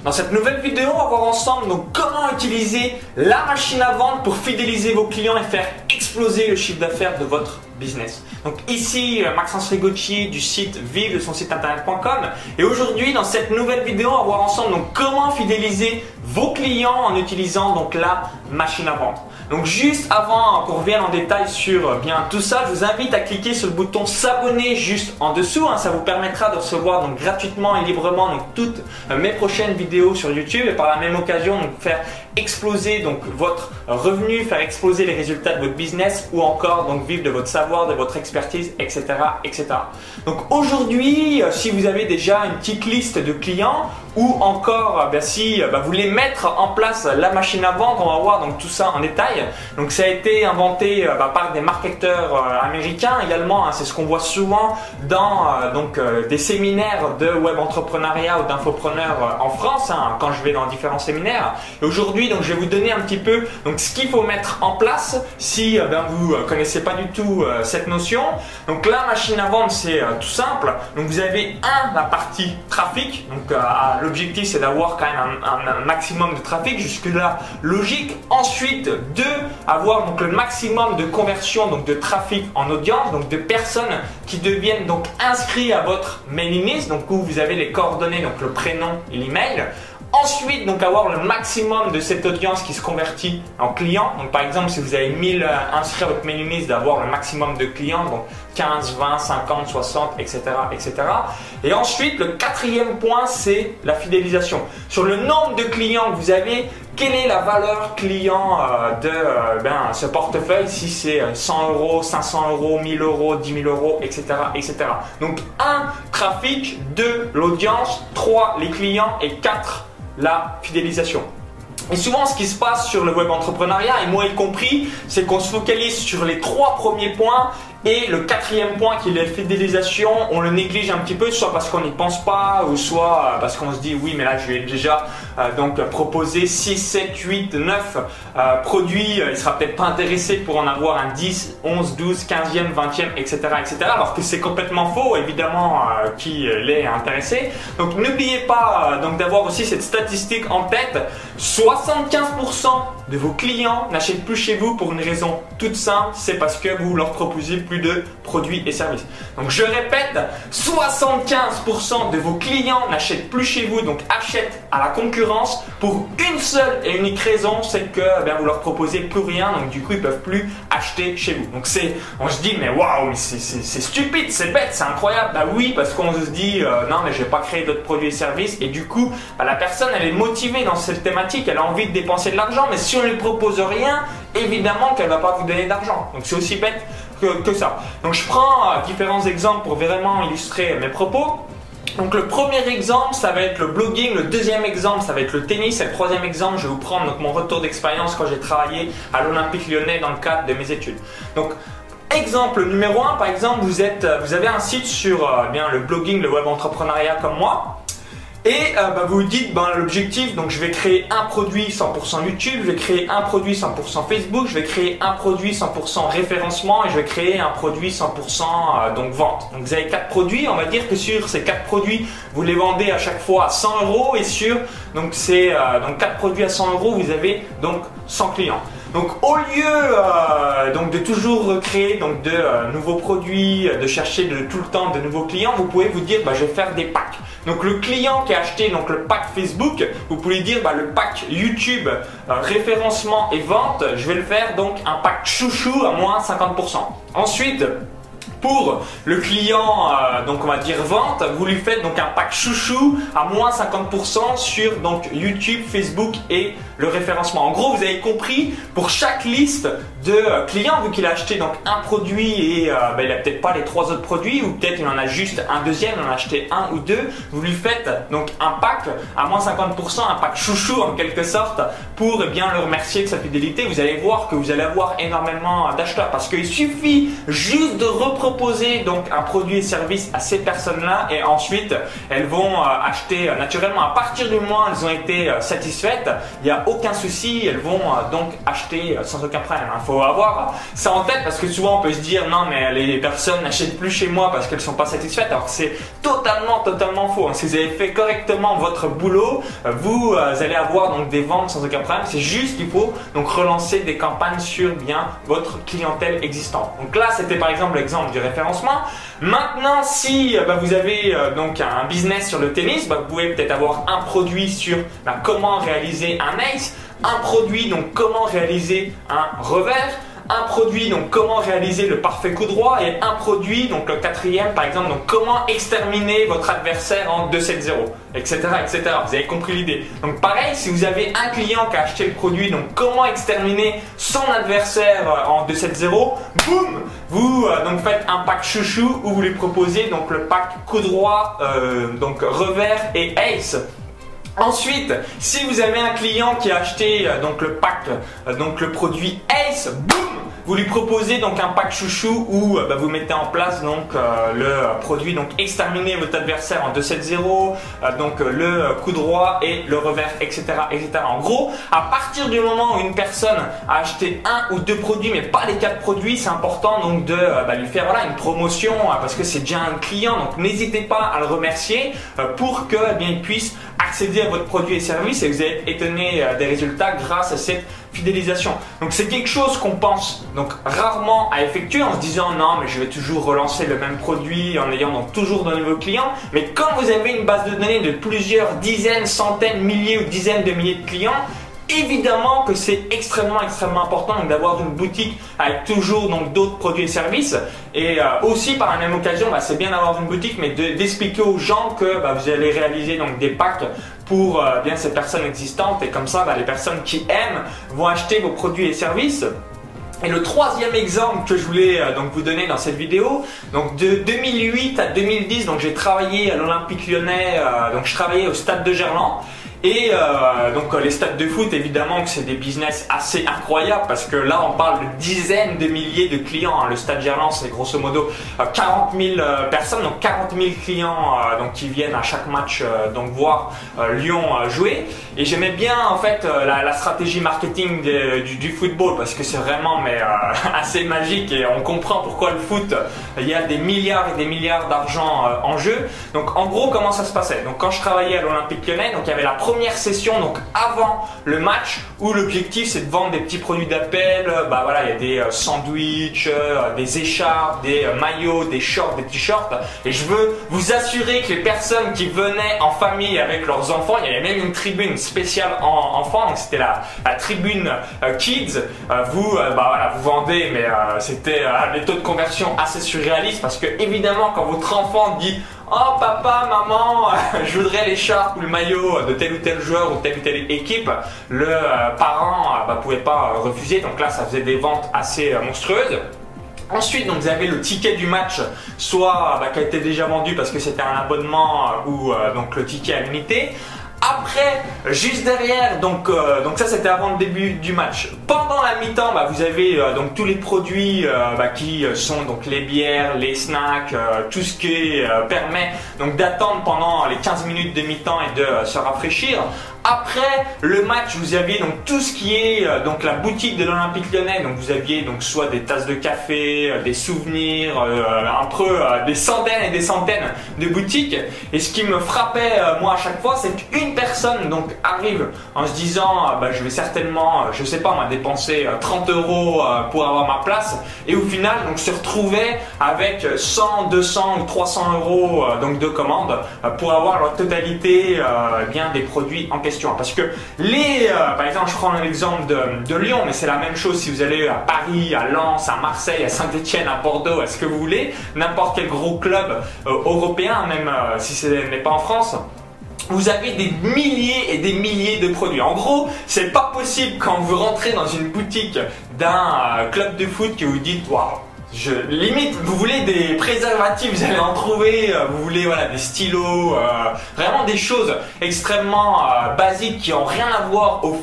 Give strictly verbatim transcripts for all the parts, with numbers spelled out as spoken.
Dans cette nouvelle vidéo, on va voir ensemble donc comment utiliser la machine à vendre pour fidéliser vos clients et faire exploser le chiffre d'affaires de votre business. Donc ici Maxence Rigocci du site vive de son site internet point com, et aujourd'hui dans cette nouvelle vidéo, on va voir ensemble donc comment fidéliser vos clients en utilisant donc la machine à vendre. Donc juste avant qu'on revienne en détail sur bien tout ça, je vous invite à cliquer sur le bouton s'abonner juste en dessous, hein, ça vous permettra de recevoir donc gratuitement et librement donc toutes mes prochaines vidéos sur YouTube et par la même occasion donc faire exploser donc votre revenu, faire exploser les résultats de votre business ou encore donc vivre de votre savoir, de votre expertise, et cetera, et cetera. Donc aujourd'hui, si vous avez déjà une petite liste de clients ou encore ben, si ben, vous voulez mettre en place la machine à vendre, on va voir donc tout ça en détail. Donc ça a été inventé ben, par des marketeurs euh, américains également, hein, c'est ce qu'on voit souvent dans euh, donc, euh, des séminaires de web entrepreneuriat ou d'infopreneurs euh, en France, hein, quand je vais dans différents séminaires. Et aujourd'hui, donc je vais vous donner un petit peu donc ce qu'il faut mettre en place si euh, ben, vous ne connaissez pas du tout euh, cette notion. Donc la machine à vendre, c'est euh, tout simple. Donc vous avez un la partie trafic. Donc euh, l'objectif c'est d'avoir quand même un, un, un maximum de trafic, jusque là logique. Ensuite, deux, avoir donc le maximum de conversion, donc de trafic en audience, donc de personnes qui deviennent donc inscrits à votre mailing list, donc où vous avez les coordonnées, donc le prénom et l'email. Ensuite, donc avoir le maximum de cette audience qui se convertit en clients. Donc par exemple, si vous avez mille inscrits à votre mailing list, d'avoir le maximum de clients, donc quinze, vingt, cinquante, soixante, et cetera, et cetera. Et ensuite, le quatrième point, c'est la fidélisation. Sur le nombre de clients que vous avez, quelle est la valeur client euh, de euh, ben, ce portefeuille, si c'est cent euros, cinq cents euros, mille euros, dix mille euros, et cetera, et cetera. Donc un, trafic, deux, l'audience, trois, les clients et quatre, la fidélisation. Et souvent, ce qui se passe sur le web entrepreneuriat, et moi y compris, c'est qu'on se focalise sur les trois premiers points. Et le quatrième point qui est la fidélisation, on le néglige un petit peu, soit parce qu'on n'y pense pas, ou soit parce qu'on se dit oui mais là je lui ai déjà euh, donc proposé six, sept, huit, neuf euh, produits, il sera peut-être pas intéressé pour en avoir un dix, onze, douze, quinzième, vingtième, et cetera, et cetera. Alors que c'est complètement faux, évidemment euh, qui l'est intéressé. Donc n'oubliez pas euh, donc d'avoir aussi cette statistique en tête, soixante-quinze pour cent de vos clients n'achètent plus chez vous pour une raison toute simple, c'est parce que vous leur proposez plus de produits et services. Donc je répète, soixante-quinze pour cent de vos clients n'achètent plus chez vous, donc achètent à la concurrence pour une seule et unique raison, c'est que eh bien, vous leur proposez plus rien, donc du coup ils peuvent plus acheter chez vous. Donc c'est, on se dit mais waouh, mais c'est stupide, c'est bête, c'est incroyable. Bah oui, parce qu'on se dit euh, non mais je vais pas créer d'autres produits et services, et du coup bah, la personne elle est motivée dans cette thématique, elle a envie de dépenser de l'argent, mais si on ne lui propose rien, évidemment qu'elle va pas vous donner d'argent. Donc c'est aussi bête Que, que ça. Donc je prends euh, différents exemples pour vraiment illustrer mes propos. Donc le premier exemple, ça va être le blogging, le deuxième exemple, ça va être le tennis, et le troisième exemple, je vais vous prendre donc, mon retour d'expérience quand j'ai travaillé à l'Olympique Lyonnais dans le cadre de mes études. Donc exemple numéro un, par exemple, vous, êtes, vous avez un site sur euh, bien, le blogging, le web entrepreneuriat comme moi. Et euh, bah, vous vous dites, ben, l'objectif, donc je vais créer un produit cent pour cent YouTube, je vais créer un produit cent pour cent Facebook, je vais créer un produit cent pour cent référencement et je vais créer un produit cent pour cent euh, donc vente. Donc vous avez quatre produits, on va dire que sur ces quatre produits, vous les vendez à chaque fois à cent euros, et sur donc ces euh, donc quatre produits à cent euros, vous avez donc cent clients. Donc au lieu euh, donc de toujours créer donc de euh, nouveaux produits, de chercher de, tout le temps de nouveaux clients, vous pouvez vous dire bah, je vais faire des packs. Donc le client qui a acheté donc, le pack Facebook, vous pouvez dire bah, le pack YouTube, euh, référencement et vente, je vais le faire donc un pack chouchou à moins cinquante pour cent. Ensuite, pour le client, euh, donc on va dire vente, vous lui faites donc un pack chouchou à moins cinquante pour cent sur donc YouTube, Facebook et le référencement. En gros, vous avez compris, pour chaque liste de euh, clients, vu qu'il a acheté donc un produit et euh, ben, il n'a peut-être pas les trois autres produits, ou peut-être il en a juste un deuxième, il en a acheté un ou deux, vous lui faites donc un pack à moins cinquante pour cent, un pack chouchou en quelque sorte, pour eh bien le remercier de sa fidélité. Vous allez voir que vous allez avoir énormément d'acheteurs, parce qu'il suffit juste de reprendre proposez donc un produit et service à ces personnes-là et ensuite elles vont euh, acheter euh, naturellement. À partir du moment où elles ont été euh, satisfaites, il n'y a aucun souci, elles vont euh, donc acheter euh, sans aucun problème. Il faut avoir ça en tête parce que souvent on peut se dire non mais les personnes n'achètent plus chez moi parce qu'elles ne sont pas satisfaites, alors que c'est totalement totalement faux. Si vous avez fait correctement votre boulot, euh, vous euh, allez avoir donc des ventes sans aucun problème. C'est juste qu'il faut donc relancer des campagnes sur bien votre clientèle existante. Donc là c'était par exemple l'exemple du référencement. Maintenant si euh, bah, vous avez euh, donc un business sur le tennis, bah, vous pouvez peut-être avoir un produit sur bah, comment réaliser un ace, un produit donc comment réaliser un revers, un produit donc comment réaliser le parfait coup droit et un produit donc le quatrième par exemple donc comment exterminer votre adversaire en deux sept zéro, etc etc. Vous avez compris l'idée. Donc pareil, si vous avez un client qui a acheté le produit donc comment exterminer son adversaire en deux sept zéro, boum, vous euh, donc faites un pack chouchou où vous lui proposez donc le pack coup droit, euh, donc revers et ace. Ensuite, si vous avez un client qui a acheté euh, donc le pack, euh, donc le produit Ace, boum, vous lui proposez donc un pack chouchou où euh, bah, vous mettez en place donc euh, le produit donc exterminer votre adversaire en deux sept zéro, euh, donc euh, le coup droit et le revers, et cetera et cetera. En gros, à partir du moment où une personne a acheté un ou deux produits, mais pas les quatre produits, c'est important donc de euh, bah, lui faire voilà une promotion euh, parce que c'est déjà un client. Donc n'hésitez pas à le remercier euh, pour que eh bien il puisse accéder à votre produit et service et vous allez être étonné des résultats grâce à cette fidélisation. Donc c'est quelque chose qu'on pense donc rarement à effectuer en se disant non mais je vais toujours relancer le même produit en ayant donc toujours de nouveaux clients. Mais quand vous avez une base de données de plusieurs dizaines, centaines, milliers ou dizaines de milliers de clients, évidemment que c'est extrêmement extrêmement important d'avoir une boutique avec toujours donc d'autres produits et services et euh, aussi par la même occasion bah, c'est bien d'avoir une boutique mais d'expliquer aux gens que bah, vous allez réaliser donc des packs pour euh, bien ces personnes existantes et comme ça bah, les personnes qui aiment vont acheter vos produits et services. Et le troisième exemple que je voulais euh, donc vous donner dans cette vidéo, donc de deux mille huit à deux mille dix, donc j'ai travaillé à l'Olympique Lyonnais, euh, donc je travaillais au stade de Gerland. Et euh, donc les stades de foot, évidemment que c'est des business assez incroyables parce que là on parle de dizaines de milliers de clients. Hein. Le stade Gerland c'est grosso modo euh, quarante mille euh, personnes, donc quarante mille clients euh, donc, qui viennent à chaque match euh, donc voir euh, Lyon euh, jouer. Et j'aimais bien en fait euh, la, la stratégie marketing de, du, du football parce que c'est vraiment mais, euh, assez magique et on comprend pourquoi le foot, euh, il y a des milliards et des milliards d'argent euh, en jeu. Donc en gros comment ça se passait? Donc quand je travaillais à l'Olympique Lyonnais, donc il y avait la première session donc avant le match où l'objectif c'est de vendre des petits produits d'appel. Bah voilà, il y a des euh, sandwichs, euh, des écharpes, des euh, maillots, des shorts, des t-shirts et je veux vous assurer que les personnes qui venaient en famille avec leurs enfants, il y avait même une tribune spéciale en enfants, donc c'était la, la tribune euh, kids. Euh, vous euh, bah voilà, vous vendez mais euh, c'était euh, des taux de conversion assez surréalistes parce que évidemment quand votre enfant dit oh papa, maman, je voudrais l'écharpe ou le maillot de tel ou tel joueur ou telle ou telle équipe, le euh, parent ne bah, pouvait pas euh, refuser, donc là ça faisait des ventes assez euh, monstrueuses. Ensuite, donc, vous avez le ticket du match, soit bah, qui a été déjà vendu parce que c'était un abonnement euh, ou euh, donc le ticket à l'unité. Après, juste derrière, donc, euh, donc ça c'était avant le début du match. Pendant la mi-temps, bah, vous avez euh, donc tous les produits euh, bah, qui sont donc les bières, les snacks, euh, tout ce qui euh, permet donc d'attendre pendant les quinze minutes de mi-temps et de euh, se rafraîchir. Après le match, vous aviez donc tout ce qui est euh, donc la boutique de l'Olympique Lyonnais. Donc vous aviez donc soit des tasses de café, euh, des souvenirs, euh, entre euh, des centaines et des centaines de boutiques. Et ce qui me frappait euh, moi à chaque fois, c'est qu'une personne donc arrive en se disant euh, bah, je vais certainement, euh, je sais pas moi, dépenser euh, trente euros euh, pour avoir ma place. Et au final donc se retrouvait avec cent, deux cents ou trois cents euros euh, donc de commandes euh, pour avoir la totalité euh, bien des produits en question. Parce que les, euh, par exemple, je prends l'exemple de, de Lyon, mais c'est la même chose si vous allez à Paris, à Lens, à Marseille, à Saint-Etienne, à Bordeaux, à ce que vous voulez, n'importe quel gros club euh, européen, même euh, si ce n'est pas en France. Vous avez des milliers et des milliers de produits. En gros, c'est pas possible quand vous rentrez dans une boutique d'un euh, club de foot que vous dites waouh. Je, limite, vous voulez des préservatifs, vous allez en trouver, euh, vous voulez voilà, des stylos, euh, vraiment des choses extrêmement euh, basiques qui n'ont rien à voir au foot.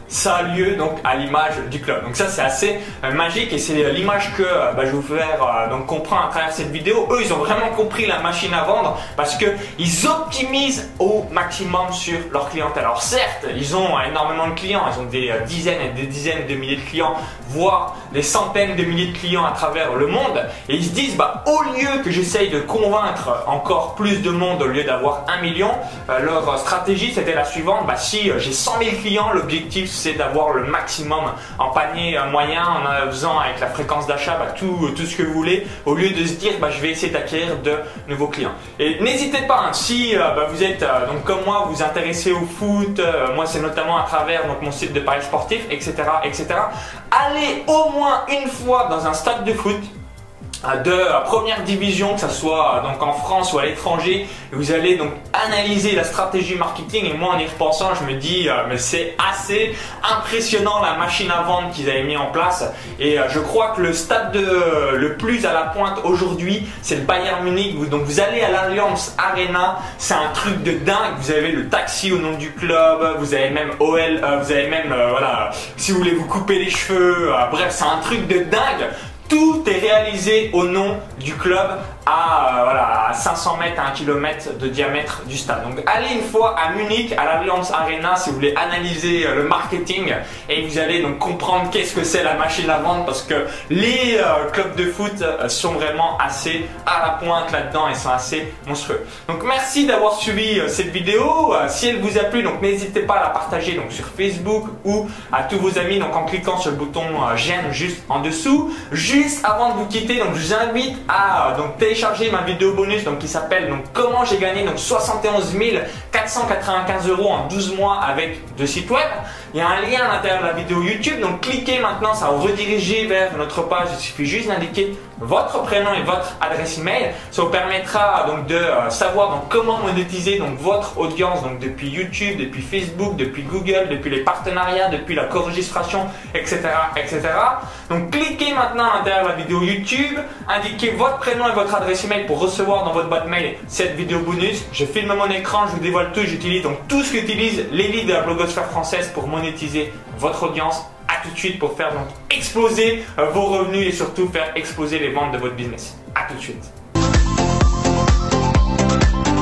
ça a lieu donc à l'image du club. Donc ça c'est assez euh, magique et c'est l'image que euh, bah, je vais vous faire euh, donc comprendre à travers cette vidéo. Eux ils ont vraiment compris la machine à vendre parce que ils optimisent au maximum sur leur clientèle. Alors certes ils ont énormément de clients, ils ont des euh, dizaines et des dizaines de milliers de clients, voire des centaines de milliers de clients à travers le monde, et ils se disent bah au lieu que j'essaye de convaincre encore plus de monde au lieu d'avoir un million, euh, leur stratégie c'était la suivante, bah si euh, j'ai cent mille clients, l'objectif c'est d'avoir le maximum en panier moyen en faisant avec la fréquence d'achat bah, tout, tout ce que vous voulez, au lieu de se dire bah, je vais essayer d'acquérir de nouveaux clients. Et n'hésitez pas, hein, si euh, bah, vous êtes euh, donc comme moi, vous vous intéressez au foot, euh, moi c'est notamment à travers donc, mon site de paris sportifs, et cetera, et cetera. Allez au moins une fois dans un stade de foot de première division, que ce soit donc en France ou à l'étranger, vous allez donc analyser la stratégie marketing, et moi en y repensant je me dis euh, mais c'est assez impressionnant la machine à vendre qu'ils avaient mis en place, et euh, je crois que le stade de, euh, le plus à la pointe aujourd'hui c'est le Bayern Munich. Donc vous allez à l'Allianz Arena, c'est un truc de dingue, vous avez le taxi au nom du club, vous avez même O L, euh, vous avez même euh, voilà, si vous voulez vous couper les cheveux, euh, bref c'est un truc de dingue. Tout est réalisé au nom du club à, euh, voilà, à cinq cents mètres, à un kilomètre de diamètre du stade. Donc allez une fois à Munich, à l'Allianz Arena, si vous voulez analyser euh, le marketing, et vous allez donc comprendre qu'est-ce que c'est la machine à vendre, parce que les euh, clubs de foot euh, sont vraiment assez à la pointe là-dedans et sont assez monstrueux. Donc merci d'avoir suivi euh, cette vidéo. Euh, si elle vous a plu, donc n'hésitez pas à la partager donc sur Facebook ou à tous vos amis donc en cliquant sur le bouton euh, j'aime juste en dessous. Juste avant de vous quitter, donc je vous invite à euh, donc télécharger ma vidéo bonus donc qui s'appelle donc comment j'ai gagné donc soixante et onze mille quatre cent quatre-vingt-quinze euros en douze mois avec deux sites web. Il y a un lien à l'intérieur de la vidéo YouTube, donc cliquez maintenant, ça va vous rediriger vers notre page. Il suffit juste d'indiquer votre prénom et votre adresse email. Ça vous permettra donc de euh, savoir donc comment monétiser donc votre audience donc depuis YouTube, depuis Facebook, depuis Google, depuis les partenariats, depuis la co-registration, et cetera, et cetera. Donc cliquez maintenant à l'intérieur de la vidéo YouTube, indiquez votre prénom et votre adresse email pour recevoir dans votre boîte mail cette vidéo bonus. Je filme mon écran, je vous dévoile tout, j'utilise donc tout ce qu'utilise l'élite de la blogosphère française pour monétiser votre audience. À tout de suite pour faire donc exploser euh, vos revenus et surtout faire exploser les ventes de votre business. À tout de suite.